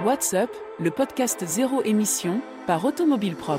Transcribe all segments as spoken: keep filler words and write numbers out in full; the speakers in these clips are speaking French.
What's Up, le podcast zéro émission par Automobile Propre.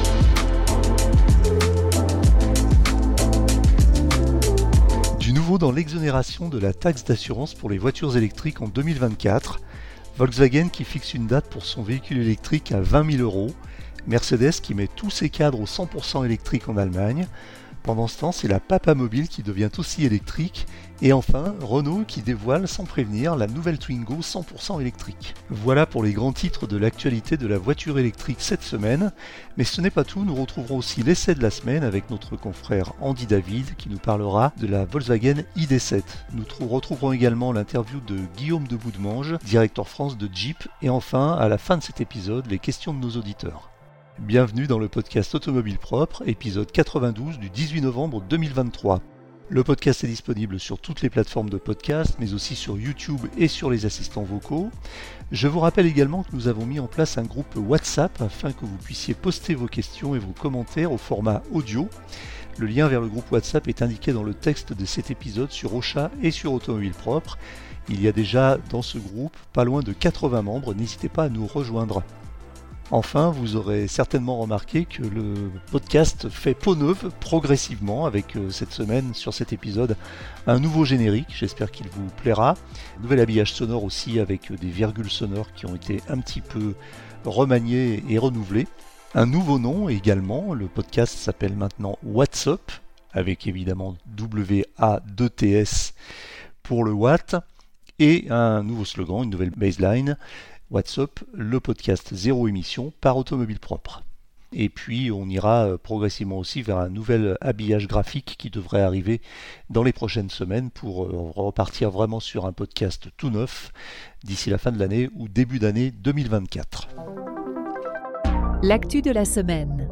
Du nouveau dans l'exonération de la taxe d'assurance pour les voitures électriques en deux mille vingt-quatre, Volkswagen qui fixe une date pour son véhicule électrique à vingt mille euros, Mercedes qui met tous ses cadres au cent pour cent électrique en Allemagne. Pendant ce temps, c'est la Papamobile qui devient aussi électrique. Et enfin, Renault qui dévoile sans prévenir la nouvelle Twingo cent pour cent électrique. Voilà pour les grands titres de l'actualité de la voiture électrique cette semaine. Mais ce n'est pas tout, nous retrouverons aussi l'essai de la semaine avec notre confrère Andy David qui nous parlera de la Volkswagen I D sept. Nous retrouverons également l'interview de Guillaume de Boudemange, directeur France de Jeep. Et enfin, à la fin de cet épisode, les questions de nos auditeurs. Bienvenue dans le podcast Automobile Propre, épisode quatre-vingt-douze du dix-huit novembre deux mille vingt-trois. Le podcast est disponible sur toutes les plateformes de podcast, mais aussi sur YouTube et sur les assistants vocaux. Je vous rappelle également que nous avons mis en place un groupe WhatsApp afin que vous puissiez poster vos questions et vos commentaires au format audio. Le lien vers le groupe WhatsApp est indiqué dans le texte de cet épisode sur Ocha et sur Automobile Propre. Il y a déjà dans ce groupe pas loin de quatre-vingts membres, n'hésitez pas à nous rejoindre. Enfin, vous aurez certainement remarqué que le podcast fait peau neuve progressivement avec euh, cette semaine, sur cet épisode, un nouveau générique, j'espère qu'il vous plaira. Un nouvel habillage sonore aussi avec des virgules sonores qui ont été un petit peu remaniées et renouvelées. Un nouveau nom également, le podcast s'appelle maintenant What's Up, avec évidemment W A deux T S pour le Watt, et un nouveau slogan, une nouvelle baseline. What's Up, le podcast zéro émission par Automobile Propre. Et puis on ira progressivement aussi vers un nouvel habillage graphique qui devrait arriver dans les prochaines semaines pour repartir vraiment sur un podcast tout neuf d'ici la fin de l'année ou début d'année deux mille vingt-quatre. L'actu de la semaine.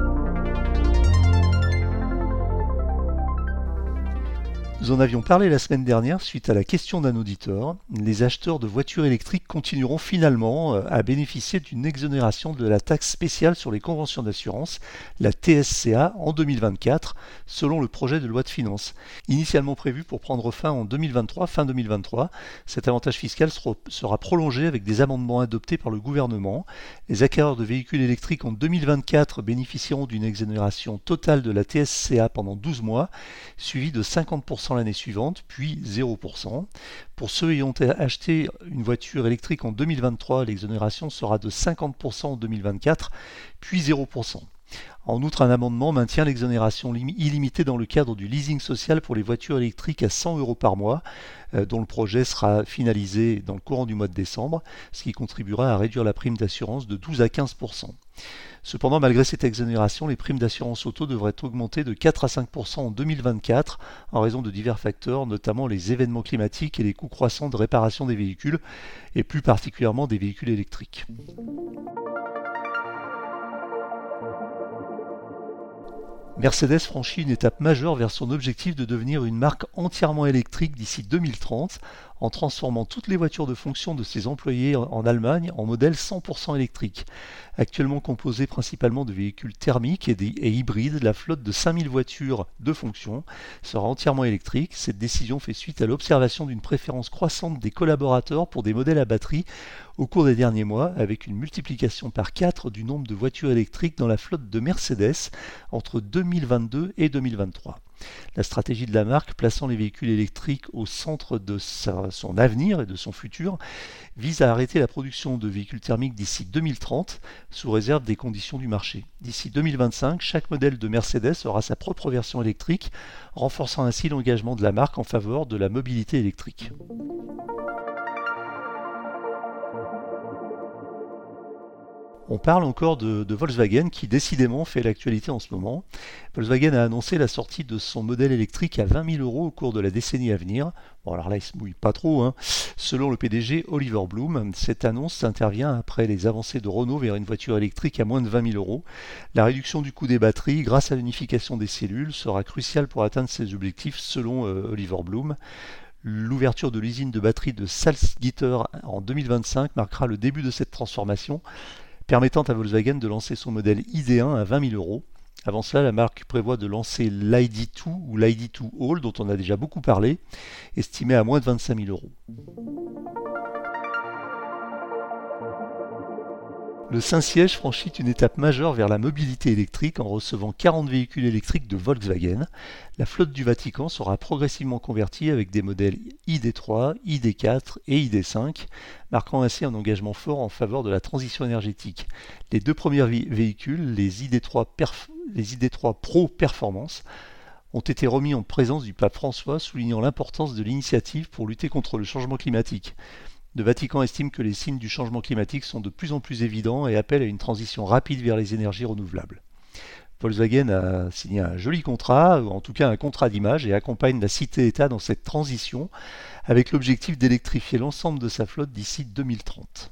Nous en avions parlé la semaine dernière suite à la question d'un auditeur. Les acheteurs de voitures électriques continueront finalement à bénéficier d'une exonération de la taxe spéciale sur les conventions d'assurance, la T S C A, en deux mille vingt-quatre, selon le projet de loi de finances. Initialement prévu pour prendre fin en deux mille vingt-trois, fin deux mille vingt-trois, cet avantage fiscal sera prolongé avec des amendements adoptés par le gouvernement. Les acquéreurs de véhicules électriques en deux mille vingt-quatre bénéficieront d'une exonération totale de la T S C A pendant douze mois, suivie de cinquante pour cent l'année suivante, puis zéro pour cent. Pour ceux ayant acheté une voiture électrique en deux mille vingt-trois, l'exonération sera de cinquante pour cent en deux mille vingt-quatre, puis zéro pour cent. En outre, un amendement maintient l'exonération illimitée dans le cadre du leasing social pour les voitures électriques à cent euros par mois, euh, dont le projet sera finalisé dans le courant du mois de décembre, ce qui contribuera à réduire la prime d'assurance de douze à quinze pour cent. Cependant, malgré cette exonération, les primes d'assurance auto devraient augmenter de quatre à cinq pour cent en deux mille vingt-quatre en raison de divers facteurs, notamment les événements climatiques et les coûts croissants de réparation des véhicules, et plus particulièrement des véhicules électriques. Mercedes franchit une étape majeure vers son objectif de devenir une marque entièrement électrique d'ici deux mille trente, en transformant toutes les voitures de fonction de ses employés en Allemagne en modèles cent pour cent électriques. Actuellement composée principalement de véhicules thermiques et, des, et hybrides, la flotte de cinq mille voitures de fonction sera entièrement électrique. Cette décision fait suite à l'observation d'une préférence croissante des collaborateurs pour des modèles à batterie au cours des derniers mois, avec une multiplication par quatre du nombre de voitures électriques dans la flotte de Mercedes entre deux mille vingt-deux et deux mille vingt-trois. La stratégie de la marque, plaçant les véhicules électriques au centre de sa, son avenir et de son futur, vise à arrêter la production de véhicules thermiques d'ici deux mille trente, sous réserve des conditions du marché. D'ici deux mille vingt-cinq, chaque modèle de Mercedes aura sa propre version électrique, renforçant ainsi l'engagement de la marque en faveur de la mobilité électrique. On parle encore de, de Volkswagen qui décidément fait l'actualité en ce moment. Volkswagen a annoncé la sortie de son modèle électrique à vingt mille euros au cours de la décennie à venir. Bon alors là il se mouille pas trop, hein. Selon le P D G Oliver Blume, cette annonce intervient après les avancées de Renault vers une voiture électrique à moins de vingt mille euros. La réduction du coût des batteries grâce à l'unification des cellules sera cruciale pour atteindre ces objectifs selon euh, Oliver Blume. L'ouverture de l'usine de batterie de Salzgitter en deux mille vingt-cinq marquera le début de cette transformation, permettant à Volkswagen de lancer son modèle I D un à vingt mille euros. Avant cela, la marque prévoit de lancer l'I D deux ou l'I D deux All, dont on a déjà beaucoup parlé, estimé à moins de vingt-cinq mille euros. Le Saint-Siège franchit une étape majeure vers la mobilité électrique en recevant quarante véhicules électriques de Volkswagen. La flotte du Vatican sera progressivement convertie avec des modèles I D trois, I D quatre et I D cinq, marquant ainsi un engagement fort en faveur de la transition énergétique. Les deux premiers vé- véhicules, les I D trois, Perf- les I D trois Pro Performance, ont été remis en présence du pape François, soulignant l'importance de l'initiative pour lutter contre le changement climatique. Le Vatican estime que les signes du changement climatique sont de plus en plus évidents et appelle à une transition rapide vers les énergies renouvelables. Volkswagen a signé un joli contrat, ou en tout cas un contrat d'image, et accompagne la cité-État dans cette transition avec l'objectif d'électrifier l'ensemble de sa flotte d'ici deux mille trente.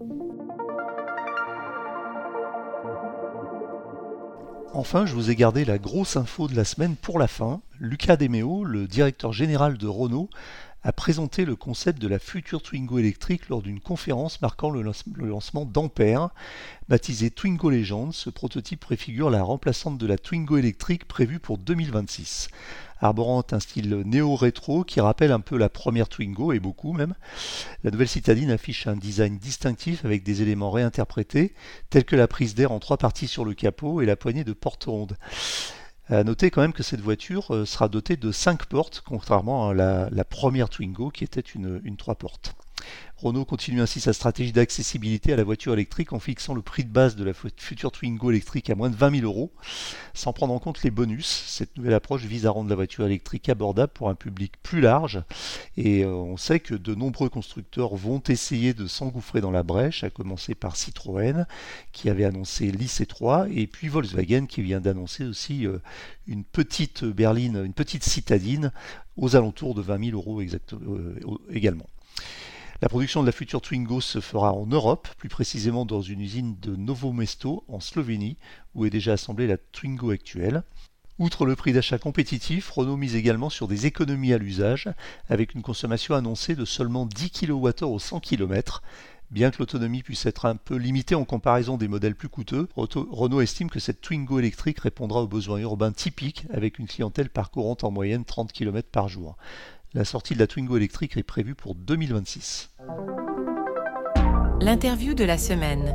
Enfin, je vous ai gardé la grosse info de la semaine pour la fin. Luca De Meo, le directeur général de Renault, a présenté le concept de la future Twingo électrique lors d'une conférence marquant le, lance- le lancement d'Ampère. Baptisé Twingo Legend, ce prototype préfigure la remplaçante de la Twingo électrique prévue pour deux mille vingt-six. Arborant un style néo-rétro qui rappelle un peu la première Twingo, et beaucoup même, la nouvelle citadine affiche un design distinctif avec des éléments réinterprétés, tels que la prise d'air en trois parties sur le capot et la poignée de portes rondes. À noter quand même que cette voiture euh, sera dotée de cinq portes, contrairement à la, la première Twingo qui était une, une trois portes. Renault continue ainsi sa stratégie d'accessibilité à la voiture électrique en fixant le prix de base de la future Twingo électrique à moins de vingt mille euros, sans prendre en compte les bonus. Cette nouvelle approche vise à rendre la voiture électrique abordable pour un public plus large, et euh, on sait que de nombreux constructeurs vont essayer de s'engouffrer dans la brèche, à commencer par Citroën qui avait annoncé l'I C trois, et puis Volkswagen qui vient d'annoncer aussi euh, une petite berline, une petite citadine aux alentours de vingt mille euros exact, euh, également. La production de la future Twingo se fera en Europe, plus précisément dans une usine de Novo Mesto en Slovénie, où est déjà assemblée la Twingo actuelle. Outre le prix d'achat compétitif, Renault mise également sur des économies à l'usage, avec une consommation annoncée de seulement dix kilowattheures au cent kilomètres. Bien que l'autonomie puisse être un peu limitée en comparaison des modèles plus coûteux, Renault estime que cette Twingo électrique répondra aux besoins urbains typiques, avec une clientèle parcourant en moyenne trente kilomètres par jour. La sortie de la Twingo électrique est prévue pour deux mille vingt-six. L'interview de la semaine.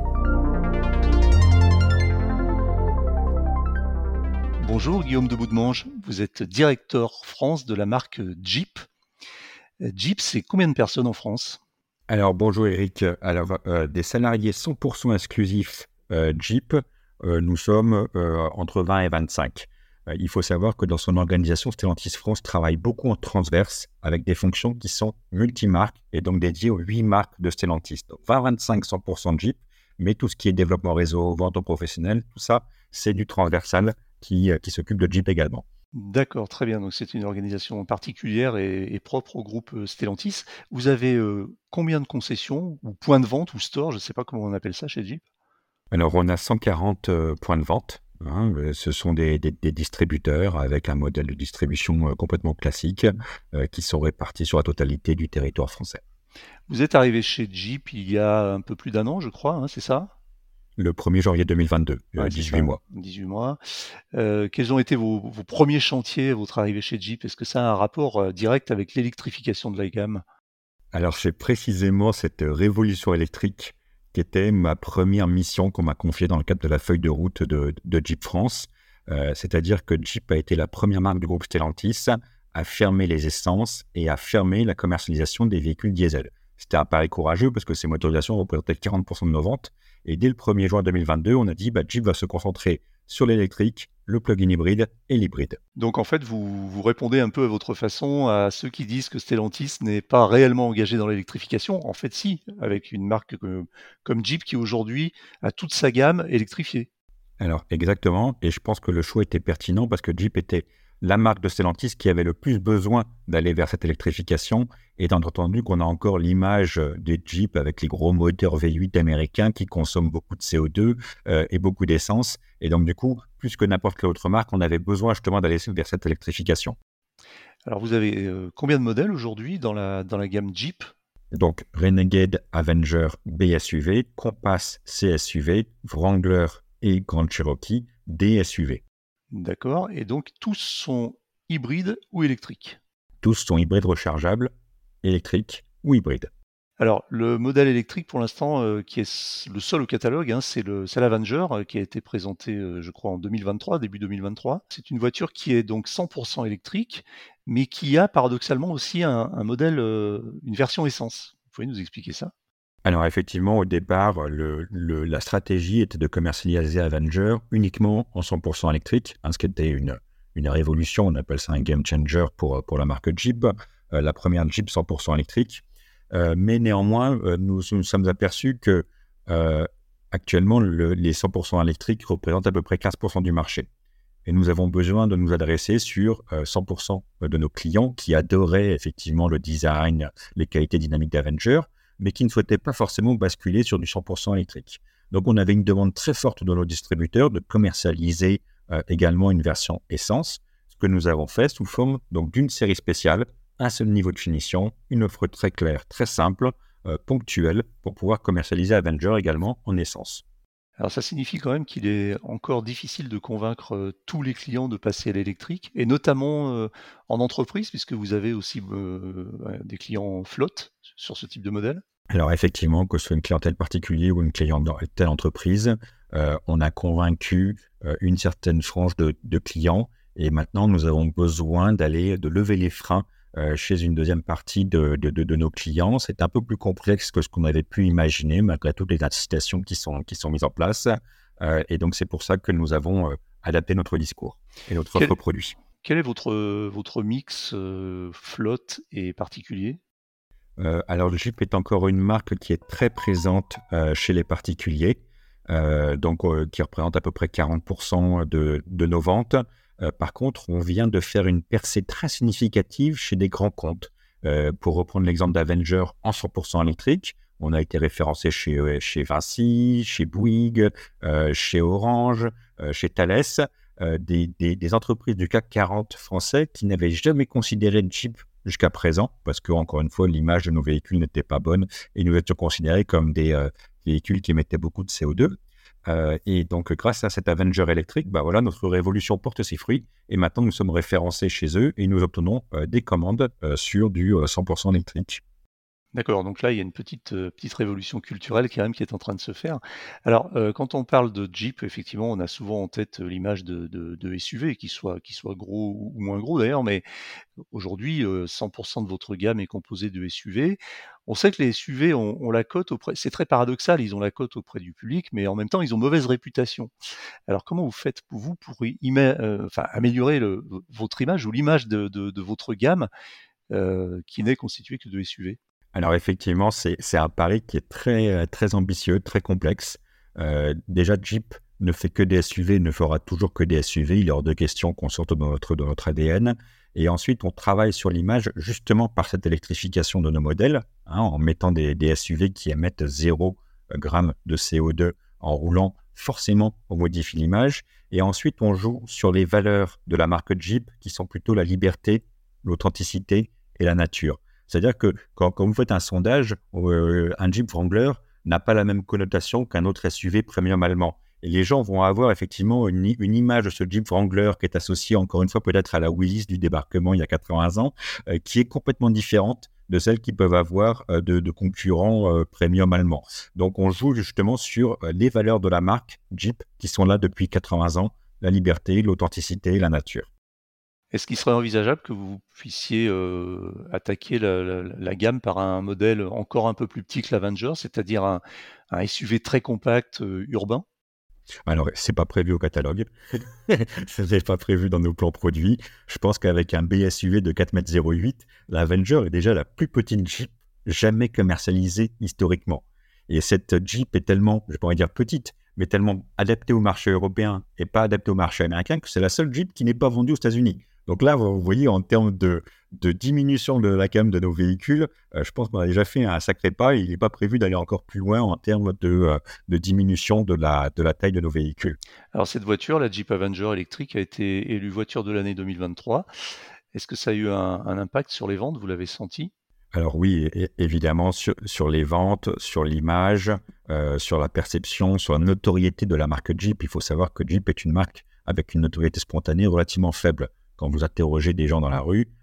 Bonjour Guillaume de Boudemange, vous êtes directeur France de la marque Jeep. Jeep, c'est combien de personnes en France ? Alors bonjour Eric, alors euh, des salariés cent pour cent exclusifs euh, Jeep, euh, nous sommes euh, entre vingt et vingt-cinq. Euh, il faut savoir que dans son organisation, Stellantis France travaille beaucoup en transverse avec des fonctions qui sont multimarques et donc dédiées aux huit marques de Stellantis. Donc vingt à vingt-cinq, cent pour cent de Jeep, mais tout ce qui est développement réseau, vente aux professionnels, tout ça, c'est du transversal qui, euh, qui s'occupe de Jeep également. D'accord, très bien. Donc c'est une organisation particulière et, et propre au groupe Stellantis. Vous avez euh, combien de concessions ou points de vente ou stores, je ne sais pas comment on appelle ça chez Jeep ? Alors on a cent quarante euh, points de vente. Hein, ce sont des, des, des distributeurs avec un modèle de distribution euh, complètement classique euh, qui sont répartis sur la totalité du territoire français. Vous êtes arrivé chez Jeep il y a un peu plus d'un an, je crois, hein, c'est ça ? Le premier janvier deux mille vingt-deux, Ouais, euh, dix-huit mois. dix-huit mois. Euh, quels ont été vos, vos premiers chantiers à votre arrivée chez Jeep ? Est-ce que ça a un rapport euh, direct avec l'électrification de la gamme ? Alors c'est précisément cette révolution électrique qui était ma première mission qu'on m'a confiée dans le cadre de la feuille de route de, de Jeep France. Euh, c'est-à-dire que Jeep a été la première marque du groupe Stellantis à fermer les essences et à fermer la commercialisation des véhicules diesel. C'était un pari courageux parce que ces motorisations représentaient quarante pour cent de nos ventes. Et dès le premier juin deux mille vingt-deux, on a dit bah, Jeep va se concentrer sur l'électrique, le plug-in hybride et l'hybride. Donc en fait, vous, vous répondez un peu à votre façon à ceux qui disent que Stellantis n'est pas réellement engagé dans l'électrification. En fait, si, avec une marque comme, comme Jeep qui aujourd'hui a toute sa gamme électrifiée. Alors exactement, et je pense que le choix était pertinent parce que Jeep était la marque de Stellantis qui avait le plus besoin d'aller vers cette électrification, étant entendu qu'on a encore l'image des Jeep avec les gros moteurs V huit américains qui consomment beaucoup de C O deux euh, et beaucoup d'essence. Et donc du coup, plus que n'importe quelle autre marque, on avait besoin justement d'aller vers cette électrification. Alors vous avez euh, combien de modèles aujourd'hui dans la, dans la gamme Jeep ? Donc Renegade, Avenger, B S U V, Compass, C S U V, Wrangler et Grand Cherokee, D S U V. D'accord. Et donc, tous sont hybrides ou électriques ? Tous sont hybrides rechargeables, électriques ou hybrides. Alors, le modèle électrique, pour l'instant, euh, qui est le seul au catalogue, hein, c'est le, c'est l'Avenger, euh, qui a été présenté, euh, je crois, en deux mille vingt-trois, début deux mille vingt-trois. C'est une voiture qui est donc cent pour cent électrique, mais qui a paradoxalement aussi un, un modèle, euh, une version essence. Vous pouvez nous expliquer ça? Alors effectivement, au départ, le, le- la stratégie était de commercialiser Avenger uniquement en cent pour cent électrique, hein, ce qui était une, une révolution, on appelle ça un game changer pour, pour la marque Jeep, euh, la première Jeep cent pour cent électrique. Euh, mais néanmoins, euh, nous nous sommes aperçus que euh, actuellement, le- les cent pour cent électriques représentent à peu près quinze pour cent du marché. Et nous avons besoin de nous adresser sur euh, cent pour cent de nos clients qui adoraient effectivement le design, les qualités dynamiques d'Avenger, mais qui ne souhaitaient pas forcément basculer sur du cent pour cent électrique. Donc, on avait une demande très forte de nos distributeurs de commercialiser euh, également une version essence, ce que nous avons fait sous forme donc, d'une série spéciale, un seul niveau de finition, une offre très claire, très simple, euh, ponctuelle, pour pouvoir commercialiser Avenger également en essence. Alors ça signifie quand même qu'il est encore difficile de convaincre euh, tous les clients de passer à l'électrique, et notamment euh, en entreprise, puisque vous avez aussi euh, ouais, des clients flotte sur ce type de modèle. Alors effectivement, que ce soit une clientèle particulière ou une clientèle entreprise, euh, on a convaincu euh, une certaine frange de, de clients et maintenant nous avons besoin d'aller, de lever les freins euh, chez une deuxième partie de, de, de, de nos clients. C'est un peu plus complexe que ce qu'on avait pu imaginer malgré toutes les incitations qui sont, qui sont mises en place. Euh, et donc c'est pour ça que nous avons euh, adapté notre discours et notre Quel, offre produit. quel est votre, votre mix euh, flotte et particulier? Euh, alors, le Jeep est encore une marque qui est très présente euh, chez les particuliers, euh, donc euh, qui représente à peu près quarante pour cent de, de nos ventes. Euh, par contre, on vient de faire une percée très significative chez des grands comptes. Euh, pour reprendre l'exemple d'Avenger en cent pour cent électrique, on a été référencé chez, euh, chez Vinci, chez Bouygues, euh, chez Orange, euh, chez Thales, euh, des, des, des entreprises du C A C quarante français qui n'avaient jamais considéré le Jeep jusqu'à présent, parce que encore une fois, l'image de nos véhicules n'était pas bonne et nous étions considérés comme des euh, véhicules qui émettaient beaucoup de C O deux. Euh, et donc, grâce à cet Avenger électrique, bah voilà, notre révolution porte ses fruits et maintenant nous sommes référencés chez eux et nous obtenons euh, des commandes euh, sur du euh, cent pour cent électrique. D'accord, donc là, il y a une petite, euh, petite révolution culturelle quand même qui est en train de se faire. Alors, euh, quand on parle de Jeep, effectivement, on a souvent en tête euh, l'image de, de, de S U V, qui soit, qui soit gros ou moins gros d'ailleurs, mais aujourd'hui, euh, cent pour cent de votre gamme est composée de S U V. On sait que les S U V ont, ont la cote auprès, c'est très paradoxal, ils ont la cote auprès du public, mais en même temps, ils ont mauvaise réputation. Alors, comment vous faites, vous, pour ima- euh, enfin, améliorer le, votre image ou l'image de, de, de votre gamme euh, qui n'est constituée que de S U V? Alors effectivement, c'est, c'est un pari qui est très, très ambitieux, très complexe. Euh, déjà, Jeep ne fait que des S U V, ne fera toujours que des S U V. Il est hors de question qu'on sorte de notre, de notre A D N. Et ensuite, on travaille sur l'image justement par cette électrification de nos modèles, hein, en mettant des, des S U V qui émettent zéro gramme de C O deux en roulant. Forcément, on modifie l'image. Et ensuite, on joue sur les valeurs de la marque Jeep qui sont plutôt la liberté, l'authenticité et la nature. C'est-à-dire que quand, quand vous faites un sondage, euh, un Jeep Wrangler n'a pas la même connotation qu'un autre S U V premium allemand. Et les gens vont avoir effectivement une, une image de ce Jeep Wrangler qui est associée encore une fois peut-être à la Willys du débarquement il y a quatre-vingts ans, euh, qui est complètement différente de celle qu'ils peuvent avoir euh, de, de concurrents euh, premium allemands. Donc on joue justement sur euh, les valeurs de la marque Jeep qui sont là depuis quatre-vingts ans, la liberté, l'authenticité, la nature. Est-ce qu'il serait envisageable que vous puissiez euh, attaquer la, la- la gamme par un modèle encore un peu plus petit que l'Avenger, c'est-à-dire un, un S U V très compact euh, urbain? Alors, c'est pas prévu au catalogue. Ce n'est pas prévu dans nos plans produits. Je pense qu'avec un B S U V de quatre mètres zéro huit, l'Avenger est déjà la plus petite Jeep jamais commercialisée historiquement. Et cette Jeep est tellement, je pourrais dire petite, mais tellement adaptée au marché européen et pas adaptée au marché américain que c'est la seule Jeep qui n'est pas vendue aux États-Unis. Donc là, vous voyez, en termes de, de diminution de la gamme de nos véhicules, euh, je pense qu'on a déjà fait un sacré pas et il n'est pas prévu d'aller encore plus loin en termes de, euh, de diminution de la, de la taille de nos véhicules. Alors cette voiture, la Jeep Avenger électrique, a été élue voiture de l'année deux mille vingt-trois. Est-ce que ça a eu un, un impact sur les ventes? Vous l'avez senti? Alors oui, é- évidemment, sur, sur les ventes, sur l'image, euh, sur la perception, sur la notoriété de la marque Jeep. Il faut savoir que Jeep est une marque avec une notoriété spontanée relativement faible. Quand vous interrogez des gens dans la rue,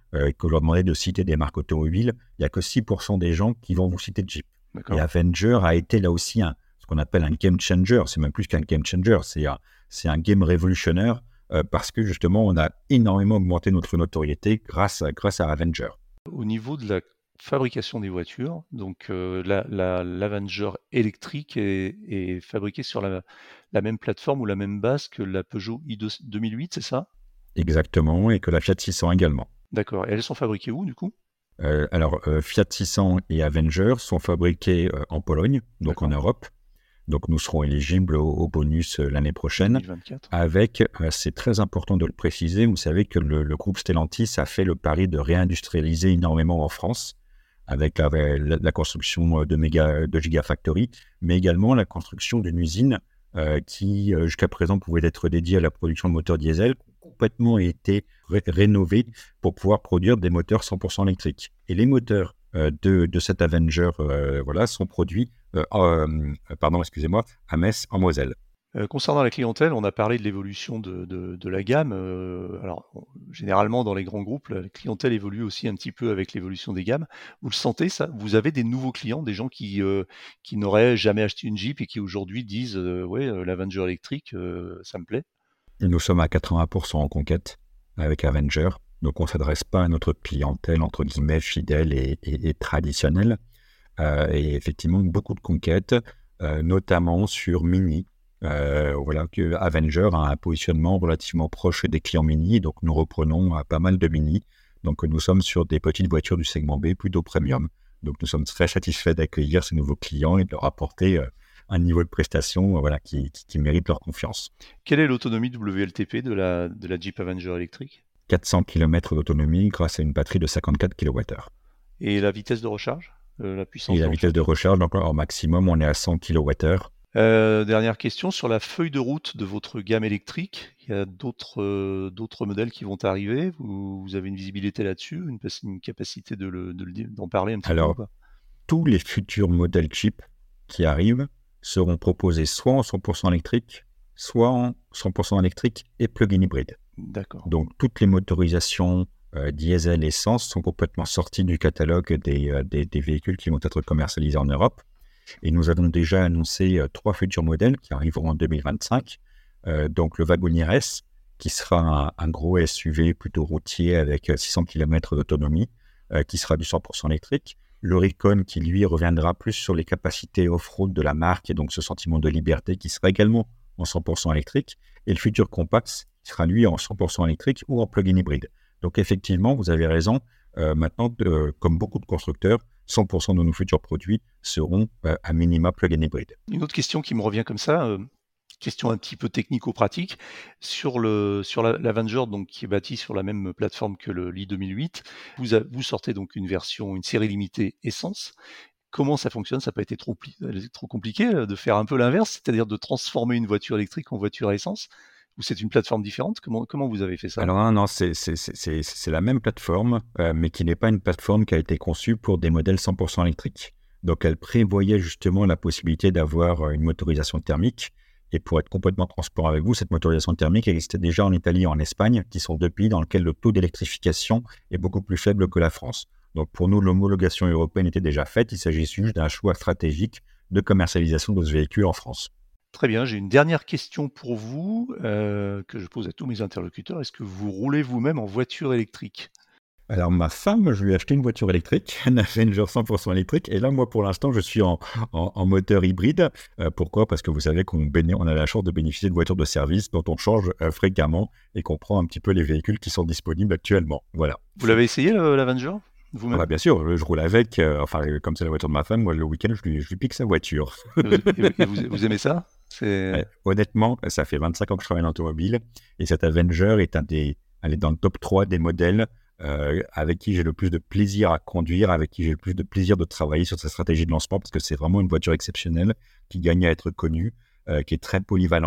euh, que vous leur demandez de citer des marques automobiles, il n'y a que six pour cent des gens qui vont vous citer Jeep. D'accord. Et Avenger a été là aussi un, ce qu'on appelle un game changer. C'est même plus qu'un game changer, c'est un, c'est un game révolutionnaire euh, parce que justement, on a énormément augmenté notre notoriété grâce à, grâce à Avenger. Au niveau de la fabrication des voitures, donc euh, la, la, l'Avenger électrique est, est fabriquée sur la, la même plateforme ou la même base que la Peugeot i deux mille huit, c'est ça? Exactement, et que la Fiat six cents également. D'accord. Et elles sont fabriquées où, du coup? Euh, alors, euh, Fiat six cents et Avenger sont fabriqués euh, en Pologne, donc D'accord. en Europe. Donc, nous serons éligibles au, au bonus euh, l'année prochaine. deux mille vingt-quatre. Avec, euh, c'est très important de le préciser, vous savez que le, le groupe Stellantis a fait le pari de réindustrialiser énormément en France, avec la, la, la construction de, méga, de Gigafactory, mais également la construction d'une usine euh, qui, euh, jusqu'à présent, pouvait être dédiée à la production de moteurs diesel, complètement été ré- rénovée pour pouvoir produire des moteurs cent pour cent électriques. Et les moteurs euh, de, de cet Avenger euh, voilà, sont produits euh, euh, pardon, excusez-moi, à Metz, en Moselle. Euh, concernant la clientèle, on a parlé de l'évolution de, de, de la gamme. Euh, alors, on- généralement, dans les grands groupes, la clientèle évolue aussi un petit peu avec l'évolution des gammes. Vous le sentez, ça? Vous avez des nouveaux clients, des gens qui, euh, qui n'auraient jamais acheté une Jeep et qui aujourd'hui disent euh, ouais, euh, l'Avenger électrique, euh, ça me plaît. Et nous sommes à quatre-vingts pour cent en conquête avec Avenger. Donc, on ne s'adresse pas à notre clientèle, entre guillemets, fidèle et, et, et traditionnelle. Euh, et effectivement, beaucoup de conquêtes, euh, notamment sur Mini. Euh, voilà, que Avenger a un positionnement relativement proche des clients Mini, donc nous reprenons euh, pas mal de Mini. Donc nous sommes sur des petites voitures du segment B, plutôt premium. Donc nous sommes très satisfaits d'accueillir ces nouveaux clients et de leur apporter euh, un niveau de prestation euh, voilà, qui, qui, qui mérite leur confiance. Quelle est l'autonomie W L T P de la, de la Jeep Avenger électrique? quatre cents kilomètres d'autonomie grâce à une batterie de cinquante-quatre kilowattheures. Et la vitesse de recharge? Euh, la puissance Et de la vitesse de recharge, donc en maximum, on est à cent kilowattheures. Euh, dernière question, sur la feuille de route de votre gamme électrique, il y a d'autres euh, d'autres modèles qui vont arriver. Vous, vous avez une visibilité là-dessus, une, une capacité de le, de le, d'en parler un petit Alors, peu ou pas? Tous les futurs modèles Jeep qui arrivent seront proposés soit en cent pour cent électrique, soit en cent pour cent électrique et plug-in hybride. D'accord. Donc, toutes les motorisations euh, diesel essence sont complètement sorties du catalogue des, euh, des, des véhicules qui vont être commercialisés en Europe. Et nous avons déjà annoncé euh, trois futurs modèles qui arriveront en deux mille vingt-cinq. Euh, donc, le Wagoneer S, qui sera un, un gros S U V plutôt routier avec six cents kilomètres d'autonomie, euh, qui sera du cent pour cent électrique. Le Recon, qui lui reviendra plus sur les capacités off-road de la marque et donc ce sentiment de liberté qui sera également en cent pour cent électrique. Et le futur Compact, qui sera lui en cent pour cent électrique ou en plug-in hybride. Donc, effectivement, vous avez raison. Euh, maintenant, euh, comme beaucoup de constructeurs, cent pour cent de nos futurs produits seront euh, à minima plug-in hybride. Une autre question qui me revient comme ça, euh, question un petit peu technico-pratique, sur le sur la- l'Avenger, donc qui est bâti sur la même plateforme que le l'i deux mille huit. Vous, a- vous sortez donc une version, une série limitée essence. Comment ça fonctionne? Ça n'a pas été trop, pli- euh, trop compliqué euh, de faire un peu l'inverse, c'est-à-dire de transformer une voiture électrique en voiture à essence? Ou c'est une plateforme différente? Comment, comment vous avez fait ça? Alors non, non, c'est, c'est, c'est, c'est, c'est la même plateforme, euh, mais qui n'est pas une plateforme qui a été conçue pour des modèles cent pour cent électriques. Donc elle prévoyait justement la possibilité d'avoir euh, une motorisation thermique. Et pour être complètement transparent avec vous, cette motorisation thermique existait déjà en Italie et en Espagne, qui sont deux pays dans lesquels le taux d'électrification est beaucoup plus faible que la France. Donc pour nous, l'homologation européenne était déjà faite. Il s'agit juste d'un choix stratégique de commercialisation de ce véhicule en France. Très bien, j'ai une dernière question pour vous euh, que je pose à tous mes interlocuteurs. Est-ce que vous roulez vous-même en voiture électrique? Alors, ma femme, je lui ai acheté une voiture électrique, une Avenger cent pour cent électrique. Et là, moi, pour l'instant, je suis en, en, en moteur hybride. Euh, pourquoi? Parce que vous savez qu'on béné- on a la chance de bénéficier de voitures de service dont on change euh, fréquemment et qu'on prend un petit peu les véhicules qui sont disponibles actuellement. Voilà. Vous l'avez essayé, le- l'Avenger? Ah Vous-même? bah, bien sûr, je, je roule avec. euh, enfin, euh, comme c'est la voiture de ma femme, moi, le week-end, je lui, je lui pique sa voiture. Et vous, et- et vous- vous aimez ça? C'est... Ouais, honnêtement, ça fait vingt-cinq ans que je travaille en automobile et cette Avenger est un des, elle est dans le top trois des modèles euh, avec qui j'ai le plus de plaisir à conduire, avec qui j'ai le plus de plaisir de travailler sur sa stratégie de lancement parce que c'est vraiment une voiture exceptionnelle qui gagne à être connue, euh, qui est très polyvalente,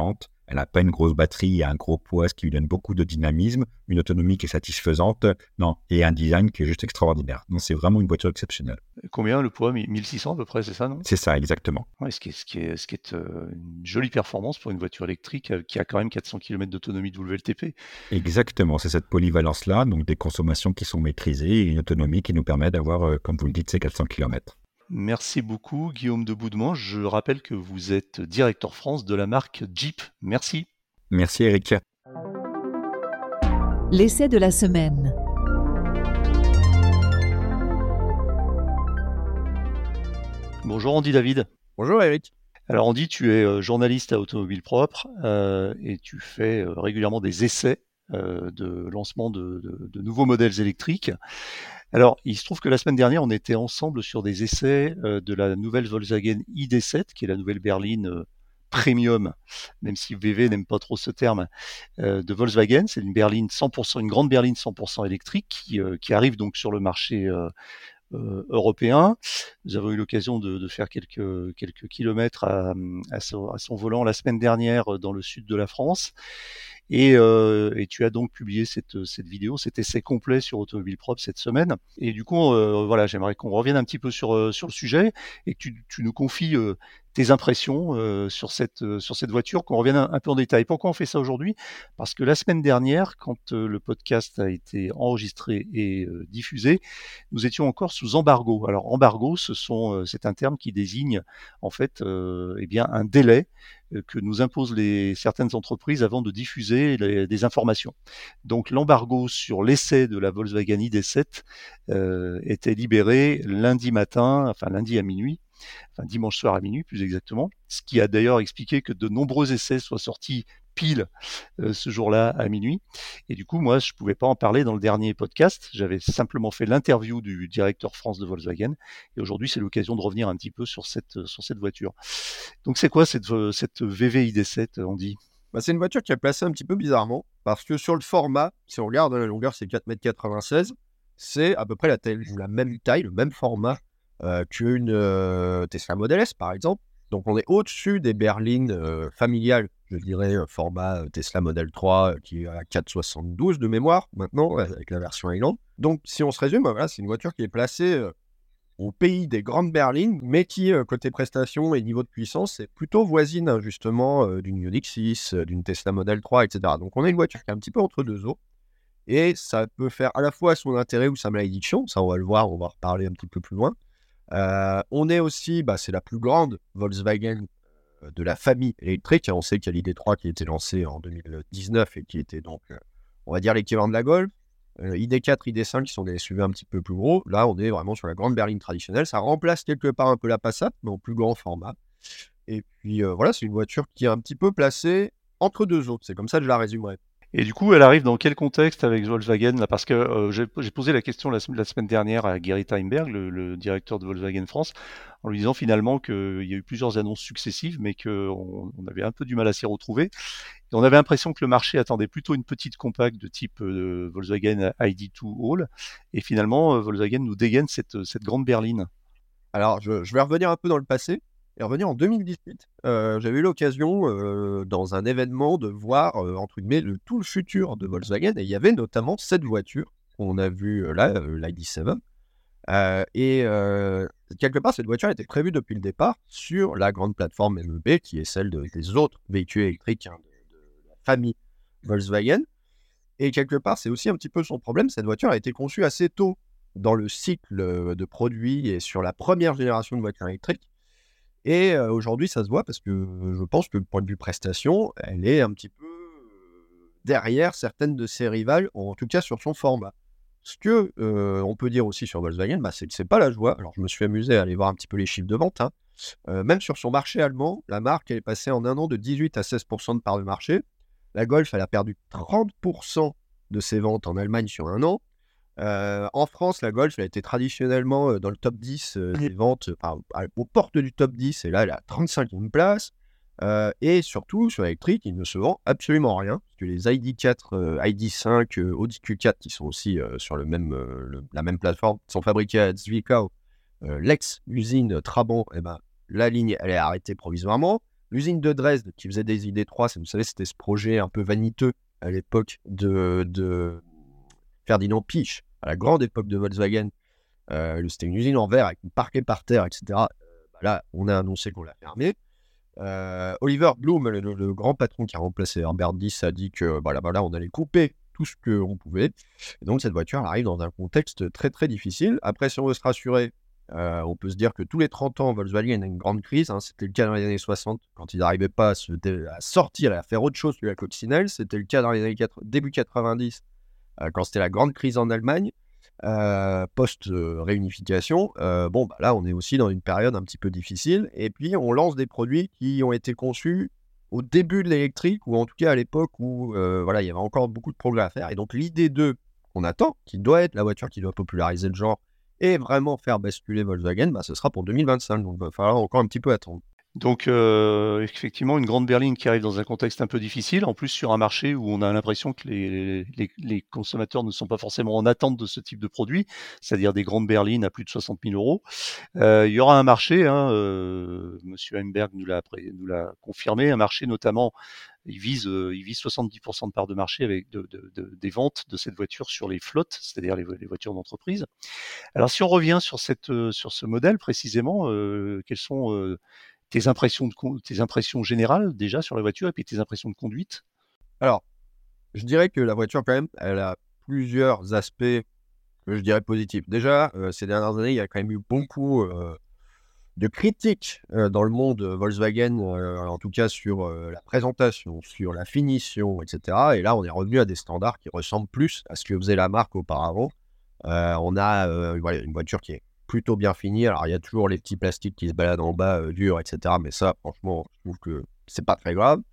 Elle n'a pas une grosse batterie et un gros poids, ce qui lui donne beaucoup de dynamisme, une autonomie qui est satisfaisante, non, et un design qui est juste extraordinaire. Donc c'est vraiment une voiture exceptionnelle. Combien le poids? mille six cents à peu près, c'est ça, non? C'est ça, exactement. Ouais, ce qui est, ce qui est, ce qui est euh, une jolie performance pour une voiture électrique euh, qui a quand même quatre cents kilomètres d'autonomie de W L T P. Exactement, c'est cette polyvalence-là, donc des consommations qui sont maîtrisées et une autonomie qui nous permet d'avoir, euh, comme vous le dites, ces quatre cents kilomètres. Merci beaucoup, Guillaume de Boudemont. Je rappelle que vous êtes directeur France de la marque Jeep. Merci. Merci, Eric. L'essai de la semaine. Bonjour Andy David. Bonjour Eric. Alors Andy, tu es euh, journaliste à Automobile Propre euh, et tu fais euh, régulièrement des essais euh, de lancement de, de, de nouveaux modèles électriques. Alors, il se trouve que la semaine dernière, on était ensemble sur des essais euh, de la nouvelle Volkswagen I D sept, qui est la nouvelle berline euh, premium, même si V V n'aime pas trop ce terme, euh, de Volkswagen. C'est une berline cent pour cent, une grande berline cent pour cent électrique qui, euh, qui arrive donc sur le marché euh, euh, européen. Nous avons eu l'occasion de, de faire quelques, quelques kilomètres à, à, son, à son volant la semaine dernière dans le sud de la France. Et, euh, et tu as donc publié cette, cette vidéo, cet essai complet sur Automobile Propre cette semaine. Et du coup, euh, voilà, j'aimerais qu'on revienne un petit peu sur, euh, sur le sujet et que tu, tu nous confies euh, tes impressions euh, sur, cette, euh, sur cette voiture, qu'on revienne un, un peu en détail. Pourquoi on fait ça aujourd'hui? Parce que la semaine dernière, quand euh, le podcast a été enregistré et euh, diffusé, nous étions encore sous embargo. Alors, embargo, ce sont, euh, c'est un terme qui désigne en fait euh, eh bien, un délai que nous imposent les, certaines entreprises avant de diffuser les, des informations. Donc l'embargo sur l'essai de la Volkswagen I D sept euh, était libéré lundi matin, enfin lundi à minuit, enfin dimanche soir à minuit plus exactement, ce qui a d'ailleurs expliqué que de nombreux essais soient sortis pile euh, ce jour-là à minuit. Et du coup, moi, je ne pouvais pas en parler dans le dernier podcast. J'avais simplement fait l'interview du directeur France de Volkswagen. Et aujourd'hui, c'est l'occasion de revenir un petit peu sur cette, sur cette voiture. Donc, c'est quoi cette, cette V V I D sept, Andy? Bah, c'est une voiture qui est placée un petit peu bizarrement, parce que sur le format, si on regarde, la longueur, c'est quatre mètres quatre-vingt-seize. C'est à peu près la, taille, la même taille, le même format euh, qu'une euh, Tesla Model S, par exemple. Donc, on est au-dessus des berlines euh, familiales, je dirais, format Tesla Model trois, euh, qui est à quatre mètres soixante-douze de mémoire, maintenant, avec la version Highland. Donc, si on se résume, bah, voilà, c'est une voiture qui est placée euh, au pays des grandes berlines, mais qui, euh, côté prestations et niveau de puissance, est plutôt voisine, hein, justement, euh, d'une Ioniq six, euh, d'une Tesla Model trois, et cetera. Donc, on a une voiture qui est un petit peu entre deux eaux, et ça peut faire à la fois son intérêt ou sa malédiction, ça, on va le voir, on va en reparler un petit peu plus loin. Euh, on est aussi, bah, c'est la plus grande Volkswagen euh, de la famille électrique. On sait qu'il y a l'I D trois qui a été lancé en deux mille dix-neuf et qui était donc, euh, on va dire, l'équivalent de la Golf. Euh, I D quatre, I D cinq qui sont des S U V un petit peu plus gros. Là, on est vraiment sur la grande berline traditionnelle. Ça remplace quelque part un peu la Passat, mais en plus grand format. Et puis euh, voilà, c'est une voiture qui est un petit peu placée entre deux autres. C'est comme ça que je la résumerai. Et du coup, elle arrive dans quel contexte avec Volkswagen là? Parce que euh, j'ai, j'ai posé la question la, la semaine dernière à Gary Heimberg, le, le directeur de Volkswagen France, en lui disant finalement qu'il y a eu plusieurs annonces successives, mais qu'on on avait un peu du mal à s'y retrouver. Et on avait l'impression que le marché attendait plutôt une petite compacte de type euh, Volkswagen I D deux All. Et finalement, euh, Volkswagen nous dégaine cette, cette grande berline. Alors, je, je vais revenir un peu dans le passé. Et revenir en deux mille dix-huit, euh, j'avais eu l'occasion euh, dans un événement de voir euh, entre guillemets le, tout le futur de Volkswagen, et il y avait notamment cette voiture qu'on a vue euh, là, euh, l'I D sept. Euh, et euh, quelque part, cette voiture était prévue depuis le départ sur la grande plateforme M E B, qui est celle de, des autres véhicules électriques, hein, de, de la famille Volkswagen. Et quelque part, c'est aussi un petit peu son problème. Cette voiture a été conçue assez tôt dans le cycle de produits et sur la première génération de voitures électriques. Et euh, aujourd'hui, ça se voit parce que je pense que, point de vue prestation, elle est un petit peu derrière certaines de ses rivales, en tout cas sur son format. Ce que euh, on peut dire aussi sur Volkswagen, bah, c'est que c'est pas la joie. Alors, je me suis amusé à aller voir un petit peu les chiffres de vente. Hein. Euh, même sur son marché allemand, la marque, elle est passée en un an de dix-huit à seize pour cent de part de marché. La Golf, elle a perdu trente pour cent de ses ventes en Allemagne sur un an. Euh, en France, la Golf, elle a été traditionnellement euh, dans le top dix euh, des ventes, enfin, aux portes du top dix, et là, elle est à trente-cinquième place. Euh, et surtout, sur l'électrique, il ne se vend absolument rien, parce que les I D quatre, euh, I D cinq, euh, Audi Q quatre, qui sont aussi euh, sur le même, euh, le, la même plateforme, sont fabriqués à Zwickau, euh, l'ex-usine Trabant, eh ben, la ligne, elle est arrêtée provisoirement. l'usine de Dresde qui faisait des I D trois, vous savez, c'était ce projet un peu vaniteux à l'époque de, de Ferdinand Piëch, à la grande époque de Volkswagen. Euh, c'était une usine en verre avec une parquet par terre, et cetera. Euh, bah là, on a annoncé qu'on l'a fermée. Euh, Oliver Bloom, le, le, le grand patron qui a remplacé Herbert Diess, a dit que voilà, voilà, on allait couper tout ce qu'on pouvait. Et donc, cette voiture elle arrive dans un contexte très, très difficile. Après, si on veut se rassurer, euh, on peut se dire que tous les trente ans, Volkswagen a une grande crise. Hein. C'était le cas dans les années soixante, quand ils n'arrivaient pas à, se dé- à sortir et à faire autre chose que la coccinelle. C'était le cas dans les années quatre- début quatre-vingt-dix, euh, quand c'était la grande crise en Allemagne. Euh, post-réunification, euh, bon, bah là, on est aussi dans une période un petit peu difficile. Et puis, on lance des produits qui ont été conçus au début de l'électrique, ou en tout cas à l'époque où euh, voilà, il y avait encore beaucoup de progrès à faire. Et donc, l'I D deux qu'on attend, qui doit être la voiture qui doit populariser le genre et vraiment faire basculer Volkswagen, bah, ce sera pour deux mille vingt-cinq. Donc, il va falloir encore un petit peu attendre. Donc, euh, effectivement, une grande berline qui arrive dans un contexte un peu difficile, en plus sur un marché où on a l'impression que les, les, les consommateurs ne sont pas forcément en attente de ce type de produit, c'est-à-dire des grandes berlines à plus de soixante mille euros. Euh, il y aura un marché, hein, euh, Monsieur Heimberg nous l'a, nous l'a confirmé, un marché notamment, il vise, euh, il vise soixante-dix pour cent de part de marché avec de, de, de, des ventes de cette voiture sur les flottes, c'est-à-dire les, les voitures d'entreprise. Alors, si on revient sur, cette, euh, sur ce modèle précisément, euh, quelles sont... Euh, tes impressions, de, tes impressions générales déjà sur la voiture et puis tes impressions de conduite? Alors, je dirais que la voiture, quand même, elle a plusieurs aspects que je dirais positifs. Déjà, euh, ces dernières années, il y a quand même eu beaucoup euh, de critiques euh, dans le monde Volkswagen, euh, en tout cas sur euh, la présentation, sur la finition, et cetera. Et là, on est revenu à des standards qui ressemblent plus à ce que faisait la marque auparavant. Euh, on a euh, voilà, une voiture qui est plutôt bien finie. Alors, il y a toujours les petits plastiques qui se baladent en bas, euh, durs, et cetera. Mais ça, franchement, je trouve que c'est pas très grave.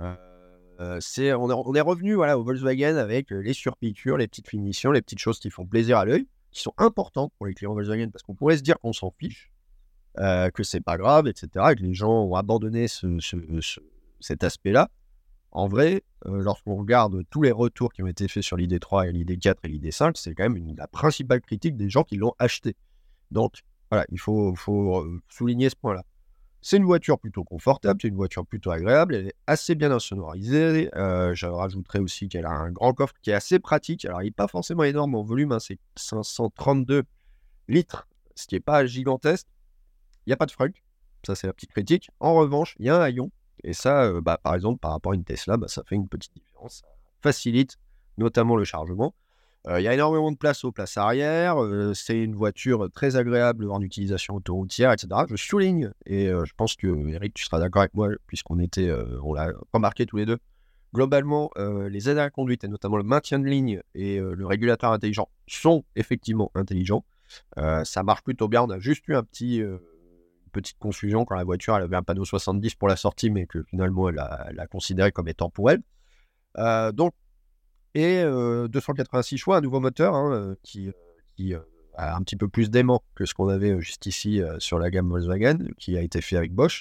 Euh, c'est, on, est, on est revenu voilà, au Volkswagen avec les surpiqûres, les petites finitions, les petites choses qui font plaisir à l'œil, qui sont importantes pour les clients Volkswagen, parce qu'on pourrait se dire qu'on s'en fiche, euh, que c'est pas grave, et cetera, et que les gens ont abandonné ce, ce, ce, cet aspect-là. En vrai, euh, lorsqu'on regarde tous les retours qui ont été faits sur l'I D trois et l'I D quatre et l'I D cinq, c'est quand même une, la principale critique des gens qui l'ont acheté. Donc, voilà, il faut, faut souligner ce point-là. C'est une voiture plutôt confortable, c'est une voiture plutôt agréable, elle est assez bien insonorisée. Euh, je rajouterais aussi qu'elle a un grand coffre qui est assez pratique. Alors, il n'est pas forcément énorme en volume, hein, c'est cinq cent trente-deux litres, ce qui n'est pas gigantesque. Il n'y a pas de frunk, ça c'est la petite critique. En revanche, il y a un haillon, et ça, euh, bah, par exemple, par rapport à une Tesla, bah, ça fait une petite différence. Ça facilite notamment le chargement. Euh, il y a énormément de place aux places arrière. Euh, c'est une voiture très agréable en utilisation autoroutière, et cetera. Je souligne, et euh, je pense que Eric, tu seras d'accord avec moi, puisqu'on était, euh, on l'a remarqué tous les deux. Globalement, euh, les aides à la conduite, et notamment le maintien de ligne et euh, le régulateur intelligent, sont effectivement intelligents. Euh, ça marche plutôt bien. On a juste eu un petit, euh, une petite confusion quand la voiture elle avait un panneau soixante-dix pour la sortie, mais que finalement elle a, elle a considéré comme étant pour elle. Euh, donc, et euh, deux cent quatre-vingt-six chevaux, un nouveau moteur hein, euh, qui, euh, qui euh, a un petit peu plus d'aimant que ce qu'on avait euh, juste ici euh, sur la gamme Volkswagen, qui a été fait avec Bosch.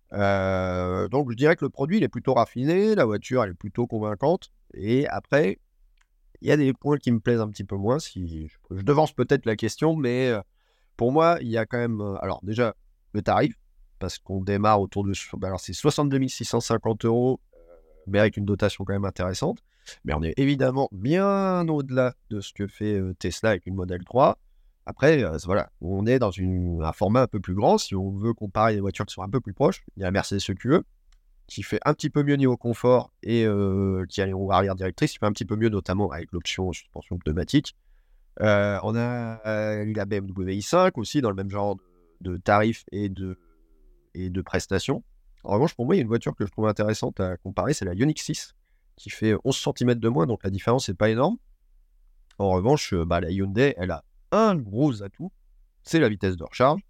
Euh, donc je dirais que le produit il est plutôt raffiné, la voiture elle est plutôt convaincante. Et après, il y a des points qui me plaisent un petit peu moins. Si je, je devance peut-être la question, mais euh, pour moi, il y a quand même... Euh, alors déjà, le tarif, parce qu'on démarre autour de... Alors c'est soixante-deux mille six cent cinquante euros, mais avec une dotation quand même intéressante. Mais on est évidemment bien au-delà de ce que fait euh, Tesla avec une Model trois. Après, euh, voilà, on est dans une, un format un peu plus grand. Si on veut comparer des voitures qui sont un peu plus proches, il y a la Mercedes E Q E, qui fait un petit peu mieux niveau confort et euh, qui a les roues arrière directrices, qui fait un petit peu mieux notamment avec l'option suspension pneumatique. Euh, on a euh, la B M W i cinq aussi dans le même genre de, de tarifs et de, et de prestations. En revanche, pour moi, il y a une voiture que je trouve intéressante à comparer, c'est la Ioniq six, qui fait onze centimètres de moins, donc la différence n'est pas énorme. En revanche, bah, la Hyundai, elle a un gros atout, c'est la vitesse de recharge.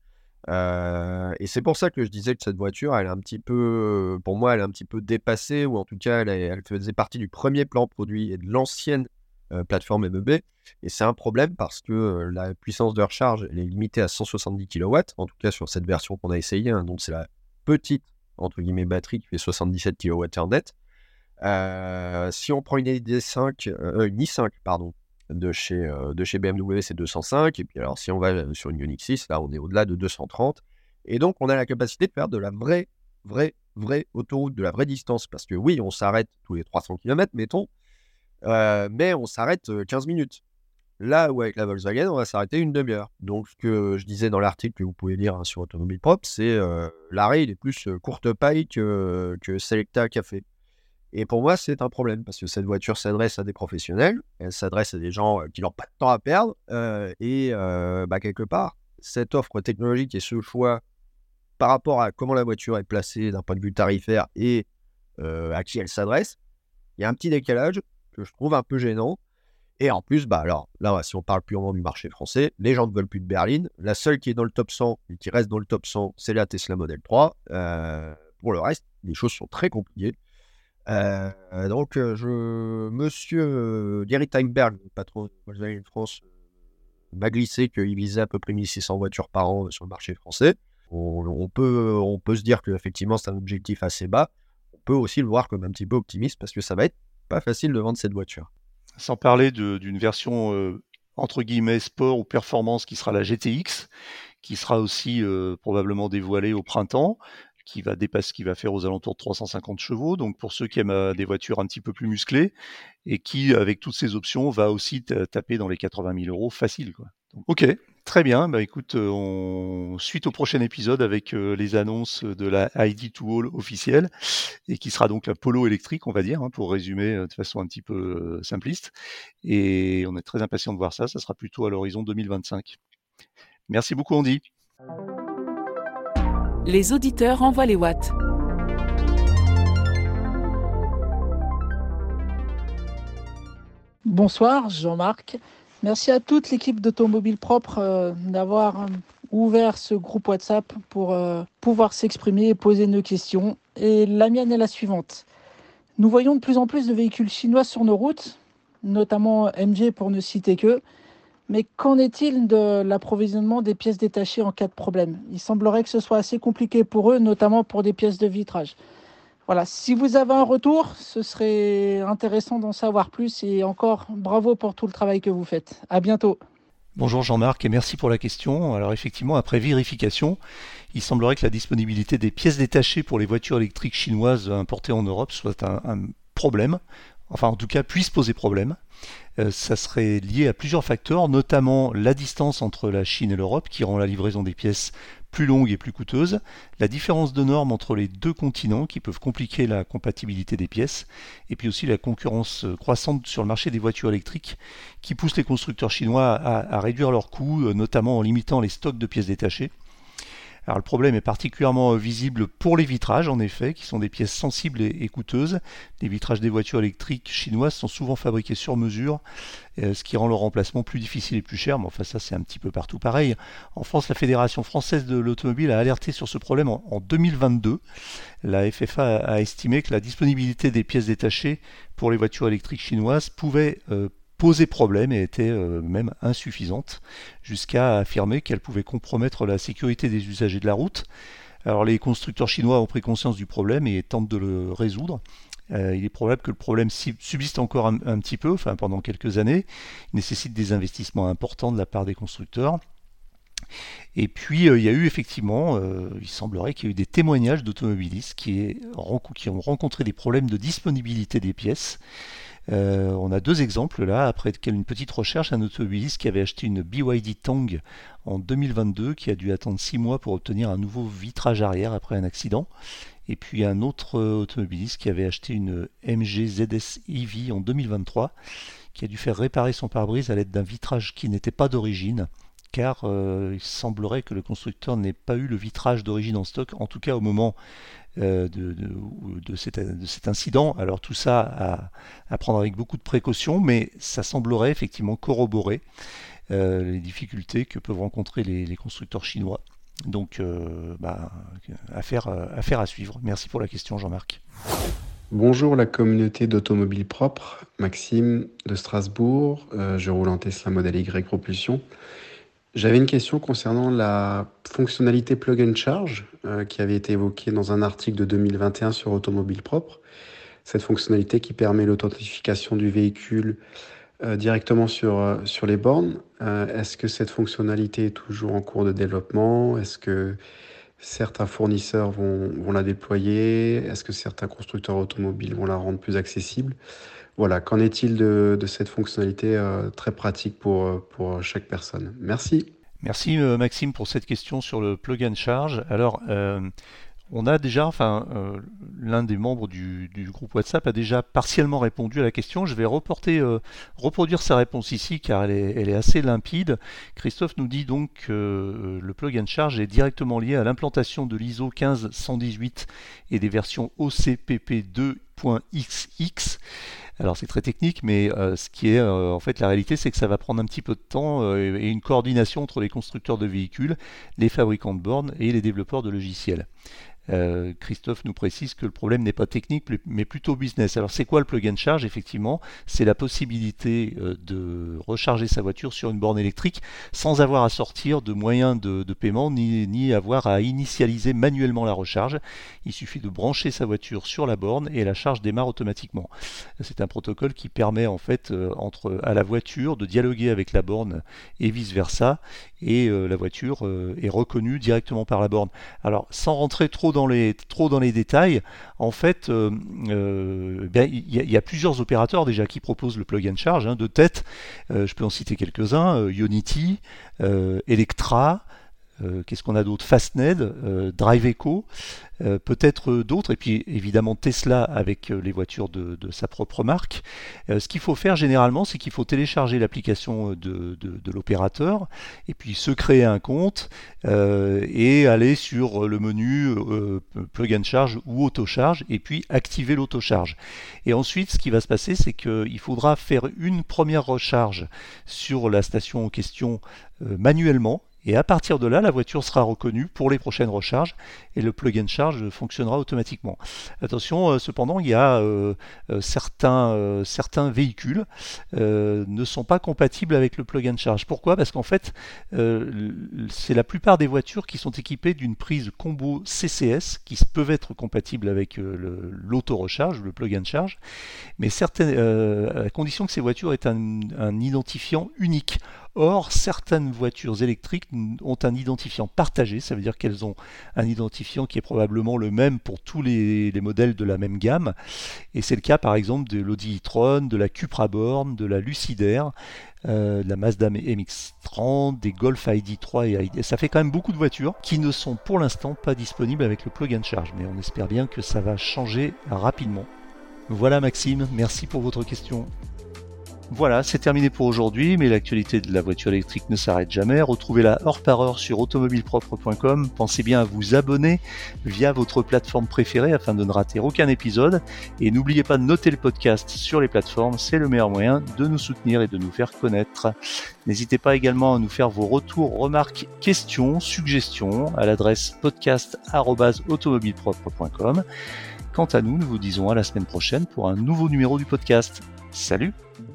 Euh, et c'est pour ça que je disais que cette voiture, elle est un petit peu, pour moi, elle est un petit peu dépassée, ou en tout cas, elle, elle faisait partie du premier plan produit et de l'ancienne euh, plateforme M E B. Et c'est un problème parce que euh, la puissance de recharge, elle est limitée à cent soixante-dix kilowatts, en tout cas sur cette version qu'on a essayée, hein, donc c'est la petite, entre guillemets, batterie qui fait soixante-dix-sept kilowattheures net. Euh, si on prend une I D cinq, euh, une i cinq, pardon, de chez, euh, de chez B M W, c'est deux cent cinq. Et puis alors, si on va sur une Ioniq six, là, on est au-delà de deux cent trente. Et donc, on a la capacité de faire de la vraie, vraie, vraie autoroute, de la vraie distance, parce que oui, on s'arrête tous les trois cents kilomètres, mettons, euh, mais on s'arrête euh, quinze minutes. Là où avec la Volkswagen, on va s'arrêter une demi-heure. Donc, ce que je disais dans l'article que vous pouvez lire hein, sur Automobile Propre, c'est euh, l'arrêt, il est plus euh, courte paille que, que Selecta Café. Et pour moi, c'est un problème parce que cette voiture s'adresse à des professionnels, elle s'adresse à des gens euh, qui n'ont pas de temps à perdre. euh, et euh, bah, quelque part, cette offre technologique et ce choix par rapport à comment la voiture est placée d'un point de vue tarifaire et euh, à qui elle s'adresse, il y a un petit décalage que je trouve un peu gênant. Et en plus, bah alors là, si on parle purement du marché français, les gens ne veulent plus de berline. La seule qui est dans le top cent et qui reste dans le top cent, c'est la Tesla Model trois. Euh, pour le reste, les choses sont très compliquées. Euh, donc, euh, je, monsieur euh, Gary Timberg, le patron de Volkswagen France, euh, m'a glissé qu'il visait à peu près mille six cents voitures par an sur le marché français. On, on peut, on peut se dire qu'effectivement, c'est un objectif assez bas. On peut aussi le voir comme un petit peu optimiste parce que ça va être pas facile de vendre cette voiture. Sans parler de- d'une version euh, entre guillemets sport ou performance qui sera la G T X, qui sera aussi euh, probablement dévoilée au printemps, qui va dépasser, qui va faire aux alentours de trois cent cinquante chevaux. Donc pour ceux qui aiment euh, des voitures un petit peu plus musclées et qui, avec toutes ces options, va aussi ta- taper dans les quatre-vingt mille euros facile, quoi. Donc, ok, très bien. Bah écoute, euh, on suite au prochain épisode avec euh, les annonces de la I D deux All officielle et qui sera donc la Polo électrique, on va dire, hein, pour résumer euh, de façon un petit peu euh, simpliste. Et on est très impatient de voir ça. Ça sera plutôt à l'horizon deux mille vingt-cinq. Merci beaucoup, Andy. Les auditeurs envoient les watts. Bonsoir Jean-Marc. Merci à toute l'équipe d'Automobile Propre euh, d'avoir euh, ouvert ce groupe WhatsApp pour euh, pouvoir s'exprimer et poser nos questions. Et la mienne est la suivante. Nous voyons de plus en plus de véhicules chinois sur nos routes, notamment M G pour ne citer que. Mais qu'en est-il de l'approvisionnement des pièces détachées en cas de problème ? Il semblerait que ce soit assez compliqué pour eux, notamment pour des pièces de vitrage. Voilà, si vous avez un retour, ce serait intéressant d'en savoir plus et encore bravo pour tout le travail que vous faites. À bientôt. Bonjour Jean-Marc et merci pour la question. Alors effectivement, après vérification, il semblerait que la disponibilité des pièces détachées pour les voitures électriques chinoises importées en Europe soit un, un problème, enfin en tout cas puisse poser problème. Euh, ça serait lié à plusieurs facteurs, notamment la distance entre la Chine et l'Europe qui rend la livraison des pièces plus longue et plus coûteuse, la différence de normes entre les deux continents qui peuvent compliquer la compatibilité des pièces, et puis aussi la concurrence croissante sur le marché des voitures électriques qui pousse les constructeurs chinois à, à réduire leurs coûts, notamment en limitant les stocks de pièces détachées. Alors le problème est particulièrement visible pour les vitrages, en effet, qui sont des pièces sensibles et, et coûteuses. Les vitrages des voitures électriques chinoises sont souvent fabriqués sur mesure, euh, ce qui rend leur remplacement plus difficile et plus cher. Mais enfin, ça, c'est un petit peu partout pareil. En France, la Fédération française de l'automobile a alerté sur ce problème en, en deux mille vingt-deux. La F F A a, a estimé que la disponibilité des pièces détachées pour les voitures électriques chinoises pouvait euh, poser problème et était euh, même insuffisante, jusqu'à affirmer qu'elle pouvait compromettre la sécurité des usagers de la route. Alors les constructeurs chinois ont pris conscience du problème et tentent de le résoudre. Euh, il est probable que le problème subsiste encore un, un petit peu, enfin pendant quelques années. Il nécessite des investissements importants de la part des constructeurs. Et puis euh, il y a eu effectivement, euh, il semblerait qu'il y ait eu des témoignages d'automobilistes qui, qui ont rencontré des problèmes de disponibilité des pièces. Euh, on a deux exemples là, après une petite recherche, un automobiliste qui avait acheté une B Y D Tang en deux mille vingt-deux, qui a dû attendre six mois pour obtenir un nouveau vitrage arrière après un accident. Et puis un autre automobiliste qui avait acheté une M G Z S E V en deux mille vingt-trois, qui a dû faire réparer son pare-brise à l'aide d'un vitrage qui n'était pas d'origine, car euh, il semblerait que le constructeur n'ait pas eu le vitrage d'origine en stock, en tout cas au moment euh, de, de, de, cet, de cet incident. Alors tout ça à, à prendre avec beaucoup de précautions, mais ça semblerait effectivement corroborer euh, les difficultés que peuvent rencontrer les, les constructeurs chinois. Donc, euh, bah, affaire, affaire à suivre. Merci pour la question, Jean-Marc. Bonjour la communauté d'Automobile Propre, Maxime de Strasbourg, euh, je roule en Tesla Model Y propulsion. J'avais une question concernant la fonctionnalité Plug and Charge euh, qui avait été évoquée dans un article de deux mille vingt et un sur Automobile Propre. Cette fonctionnalité qui permet l'authentification du véhicule euh, directement sur, euh, sur les bornes. Euh, est-ce que cette fonctionnalité est toujours en cours de développement ? Est-ce que certains fournisseurs vont, vont la déployer? Est-ce que certains constructeurs automobiles vont la rendre plus accessible? Voilà, qu'en est-il de, de cette fonctionnalité euh, très pratique pour, pour chaque personne? Merci. Merci euh, Maxime pour cette question sur le plug and charge. Alors, euh, on a déjà, enfin, euh, l'un des membres du, du groupe WhatsApp a déjà partiellement répondu à la question. Je vais reporter, euh, reproduire sa réponse ici car elle est, elle est assez limpide. Christophe nous dit donc que euh, le plug and charge est directement lié à l'implantation de l'I S O quinze cent dix-huit et des versions O C P P deux point X X. Alors c'est très technique, mais euh, ce qui est euh, en fait la réalité, c'est que ça va prendre un petit peu de temps euh, et une coordination entre les constructeurs de véhicules, les fabricants de bornes et les développeurs de logiciels. Euh, Christophe nous précise que le problème n'est pas technique mais plutôt business. Alors c'est quoi le plug and charge? Effectivement, c'est la possibilité euh, de recharger sa voiture sur une borne électrique sans avoir à sortir de moyens de, de paiement ni, ni avoir à initialiser manuellement la recharge. Il suffit de brancher sa voiture sur la borne et la charge démarre automatiquement. C'est un protocole qui permet en fait euh, entre, à la voiture de dialoguer avec la borne et vice versa, et euh, la voiture euh, est reconnue directement par la borne. Alors sans rentrer trop dans Dans les, trop dans les détails, en fait, euh, euh, ben, y, y a plusieurs opérateurs déjà qui proposent le plug and charge hein, de tête. Euh, je peux en citer quelques-uns, euh, Ionity, euh, Electra, euh, qu'est-ce qu'on a d'autre, Fastned, euh, Driveco, euh, peut-être d'autres, et puis évidemment Tesla avec euh, les voitures de, de sa propre marque. Euh, ce qu'il faut faire généralement, c'est qu'il faut télécharger l'application de, de, de l'opérateur, et puis se créer un compte, euh, et aller sur le menu euh, plug and charge ou autocharge, et puis activer l'autocharge. Et ensuite, ce qui va se passer, c'est qu'il faudra faire une première recharge sur la station en question euh, manuellement, et à partir de là, la voiture sera reconnue pour les prochaines recharges et le plug and charge fonctionnera automatiquement. Attention, euh, cependant, il y a euh, euh, certains, euh, certains véhicules euh, ne sont pas compatibles avec le plug and charge. Pourquoi? Parce qu'en fait, euh, c'est la plupart des voitures qui sont équipées d'une prise combo C C S qui peuvent être compatibles avec euh, le, l'auto-recharge, le plug and charge, mais certaines, euh, à condition que ces voitures aient un, un identifiant unique. Or, certaines voitures électriques ont un identifiant partagé, ça veut dire qu'elles ont un identifiant qui est probablement le même pour tous les, les modèles de la même gamme. Et c'est le cas par exemple de l'Audi e-tron, de la Cupra Born, de la Lucid Air, euh, de la Mazda M X trente, des Golf I D trois et I D. Ça fait quand même beaucoup de voitures qui ne sont pour l'instant pas disponibles avec le plug and charge, mais on espère bien que ça va changer rapidement. Voilà Maxime, merci pour votre question. Voilà, c'est terminé pour aujourd'hui, mais l'actualité de la voiture électrique ne s'arrête jamais. Retrouvez-la heure par heure sur automobile propre point com. Pensez bien à vous abonner via votre plateforme préférée afin de ne rater aucun épisode. Et n'oubliez pas de noter le podcast sur les plateformes, c'est le meilleur moyen de nous soutenir et de nous faire connaître. N'hésitez pas également à nous faire vos retours, remarques, questions, suggestions à l'adresse podcast arobase automobile propre point com. Quant à nous, nous vous disons à la semaine prochaine pour un nouveau numéro du podcast. Salut!